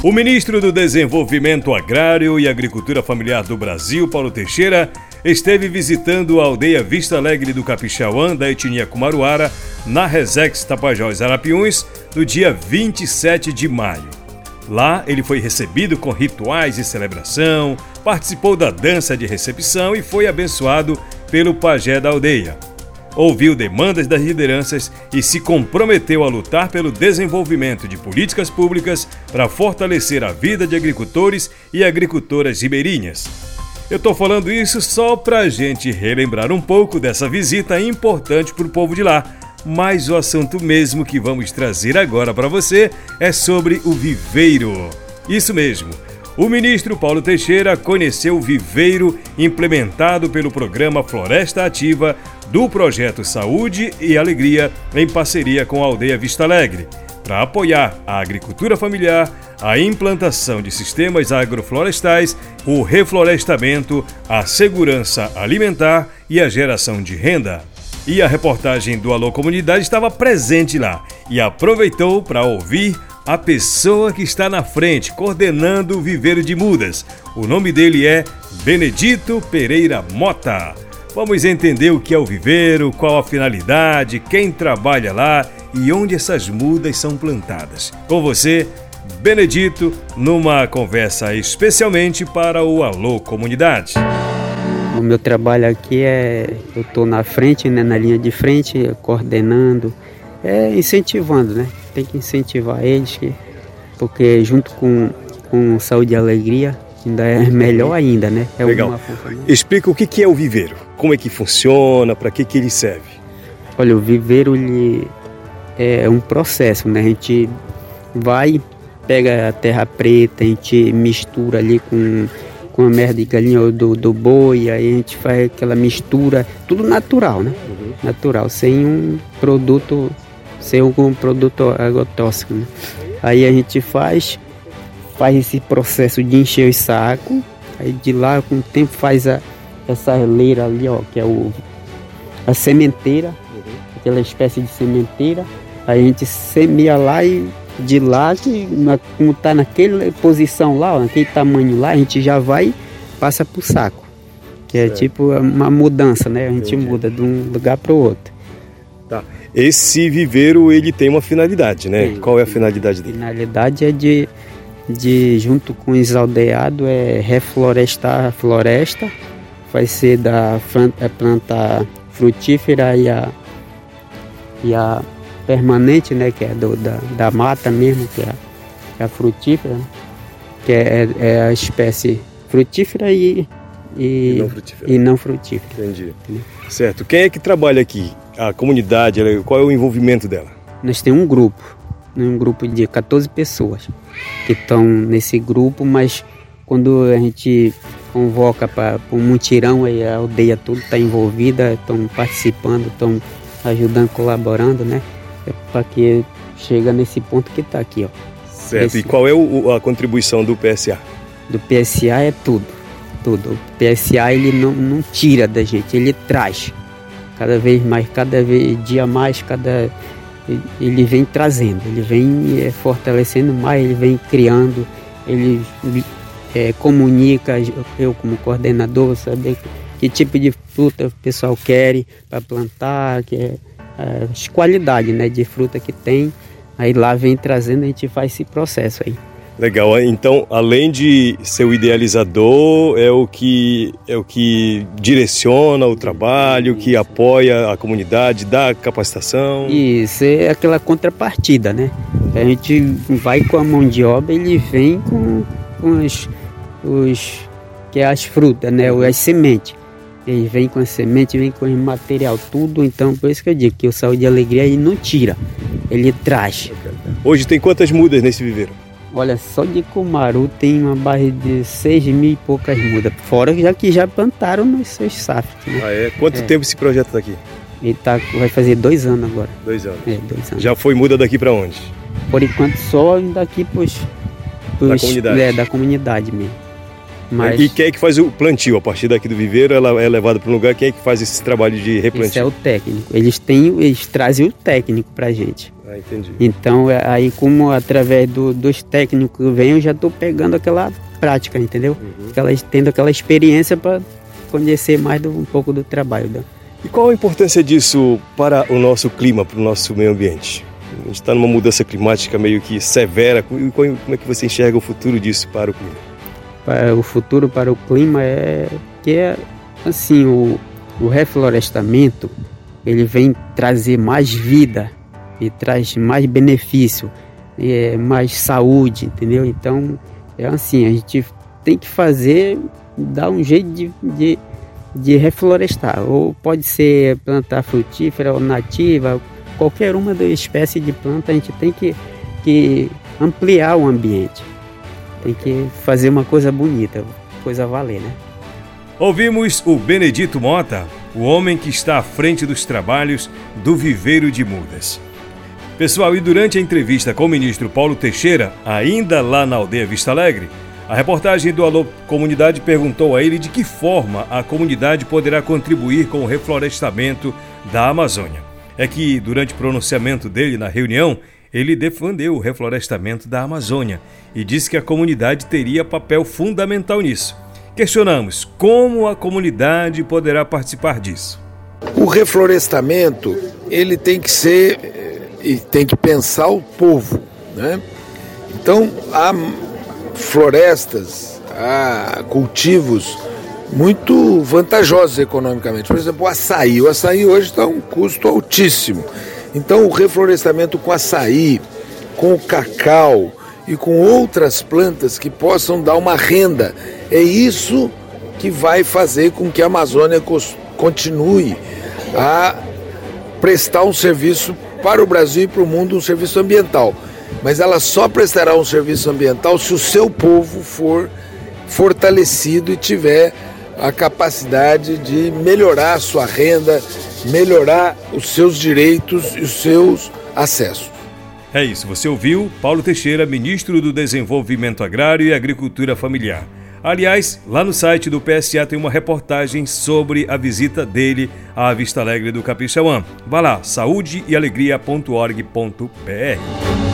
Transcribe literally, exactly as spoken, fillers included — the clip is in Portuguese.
O ministro do Desenvolvimento Agrário e Agricultura Familiar do Brasil, Paulo Teixeira, esteve visitando a aldeia Vista Alegre do Capixauã, da etnia Kumaruara, na Resex Tapajós Arapiuns, no dia vinte e sete de maio. Lá, ele foi recebido com rituais de celebração, participou da dança de recepção e foi abençoado pelo pajé da aldeia. Ouviu demandas das lideranças e se comprometeu a lutar pelo desenvolvimento de políticas públicas para fortalecer a vida de agricultores e agricultoras ribeirinhas. Eu estou falando isso só para a gente relembrar um pouco dessa visita importante para o povo de lá, mas o assunto mesmo que vamos trazer agora para você é sobre o viveiro. Isso mesmo. O ministro Paulo Teixeira conheceu o viveiro implementado pelo programa Floresta Ativa do Projeto Saúde e Alegria em parceria com a aldeia Vista Alegre, para apoiar a agricultura familiar, a implantação de sistemas agroflorestais, o reflorestamento, a segurança alimentar e a geração de renda. E a reportagem do Alô Comunidade estava presente lá e aproveitou para ouvir a pessoa que está na frente, coordenando o viveiro de mudas. O nome dele é Benedito Pereira Mota. Vamos entender o que é o viveiro, qual a finalidade, quem trabalha lá e onde essas mudas são plantadas. Com você, Benedito, numa conversa especialmente para o Alô Comunidade. O meu trabalho aqui é, eu estou na frente, né, na linha de frente, coordenando, é, incentivando, né? Tem que incentivar eles, porque junto com, com Saúde e Alegria, ainda é melhor ainda, né? É Legal. Uma força, né? Explica o que é o viveiro, como é que funciona, para que, que ele serve. Olha, o viveiro ele é um processo, né? A gente vai, pega a terra preta, a gente mistura ali com, com a merda de galinha do, do boi, aí a gente faz aquela mistura, tudo natural, né? Uhum. Natural, sem um produto, sem algum produto agrotóxico, né? Aí a gente faz, faz esse processo de encher os sacos, aí de lá com o tempo faz a, essa leira ali, ó, que é o, a sementeira, uhum. Aquela espécie de sementeira, aí a gente semeia lá e de lá, que, na, como está naquela posição lá, ó, naquele tamanho lá, a gente já vai, passa para o saco, que é, é tipo uma mudança, né? A gente Entendi. Muda de um lugar para o outro. Tá. Esse viveiro, ele tem uma finalidade, né? Sim, Qual é a finalidade dele? A finalidade é de, de junto com os aldeados, é reflorestar a floresta, vai ser da planta frutífera e a, e a permanente, né? Que é do, da, da mata mesmo, que é a, que é a frutífera, né? Que é, é a espécie frutífera e, e, e, não, frutífera. e não frutífera. Entendi. Entendeu? Certo. Quem é que trabalha aqui? A comunidade, qual é o envolvimento dela? Nós temos um grupo, um grupo de catorze pessoas que estão nesse grupo, mas quando a gente convoca para um mutirão, aí a aldeia toda está envolvida, estão participando, estão ajudando, colaborando, né? É para que chega nesse ponto que está aqui, ó. Certo. Esse... E qual é o, a contribuição do P S A? Do P S A é tudo, tudo. O P S A ele não, não tira da gente, ele traz. Cada vez mais, cada vez, dia mais, cada ele vem trazendo, ele vem é, fortalecendo mais, ele vem criando, ele é, comunica, eu como coordenador, saber que, que tipo de fruta o pessoal quer para plantar, que é, as qualidades, né, de fruta que tem, aí lá vem trazendo, a gente faz esse processo aí. Legal, então além de ser o idealizador, é o que, é o que direciona o trabalho, que apoia a comunidade, dá capacitação. Isso, é aquela contrapartida, né? A gente vai com a mão de obra, ele vem com, com os, os, que é as frutas, né? As sementes. Ele vem com a semente, vem com o material, tudo, então por isso que eu digo que o Saúde e Alegria ele não tira, ele traz. Hoje tem quantas mudas nesse viveiro? Olha, só de Cumaru tem uma barra de seis mil e poucas mudas, fora já que já plantaram nos seus safos. Né? Ah, é? Quanto é. tempo esse projeto está aqui? Ele tá, vai fazer dois anos agora. Dois anos? É, dois anos. Já foi muda daqui para onde? Por enquanto só daqui pros... pros da comunidade? É, da comunidade mesmo. Mas e quem é que faz o plantio? A partir daqui do viveiro, ela é levada para um lugar, quem é que faz esse trabalho de replantio? esse é o técnico. Eles têm, eles trazem o técnico pra gente. Ah, entendi. Então, aí como através do, dos técnicos que vêm, eu já estou pegando aquela prática, entendeu? Uhum. Aquela, tendo aquela experiência para conhecer mais do, um pouco do trabalho. Né? E qual a importância disso para o nosso clima, para o nosso meio ambiente? A gente está numa mudança climática meio que severa. Como é que você enxerga o futuro disso para o clima? Para o futuro para o clima é que é assim, o, o reflorestamento ele vem trazer mais vida e traz mais benefício, é, mais saúde, entendeu? Então é assim, a gente tem que fazer, dar um jeito de, de, de reflorestar, ou pode ser plantar frutífera ou nativa, qualquer uma das espécies de planta, a gente tem que, que ampliar o ambiente. Tem que fazer uma coisa bonita, coisa valer, né? Ouvimos o Benedito Mota, o homem que está à frente dos trabalhos do Viveiro de Mudas. Pessoal, e durante a entrevista com o ministro Paulo Teixeira, ainda lá na aldeia Vista Alegre, a reportagem do Alô Comunidade perguntou a ele de que forma a comunidade poderá contribuir com o reflorestamento da Amazônia. É que, durante o pronunciamento dele na reunião, ele defendeu o reflorestamento da Amazônia e disse que a comunidade teria papel fundamental nisso. Questionamos como a comunidade poderá participar disso. O reflorestamento, ele tem que ser e tem que pensar o povo, né? Então, há florestas, há cultivos muito vantajosos economicamente. Por exemplo, o açaí. O açaí hoje está a um custo altíssimo. Então, o reflorestamento com açaí, com o cacau e com outras plantas que possam dar uma renda, é isso que vai fazer com que a Amazônia continue a prestar um serviço para o Brasil e para o mundo, um serviço ambiental. Mas ela só prestará um serviço ambiental se o seu povo for fortalecido e tiver a capacidade de melhorar a sua renda, melhorar os seus direitos e os seus acessos. É isso, você ouviu Paulo Teixeira, ministro do Desenvolvimento Agrário e Agricultura Familiar. Aliás, lá no site do P S A tem uma reportagem sobre a visita dele à Vista Alegre do Capixauã. Vá lá, saúde e alegria ponto org ponto br.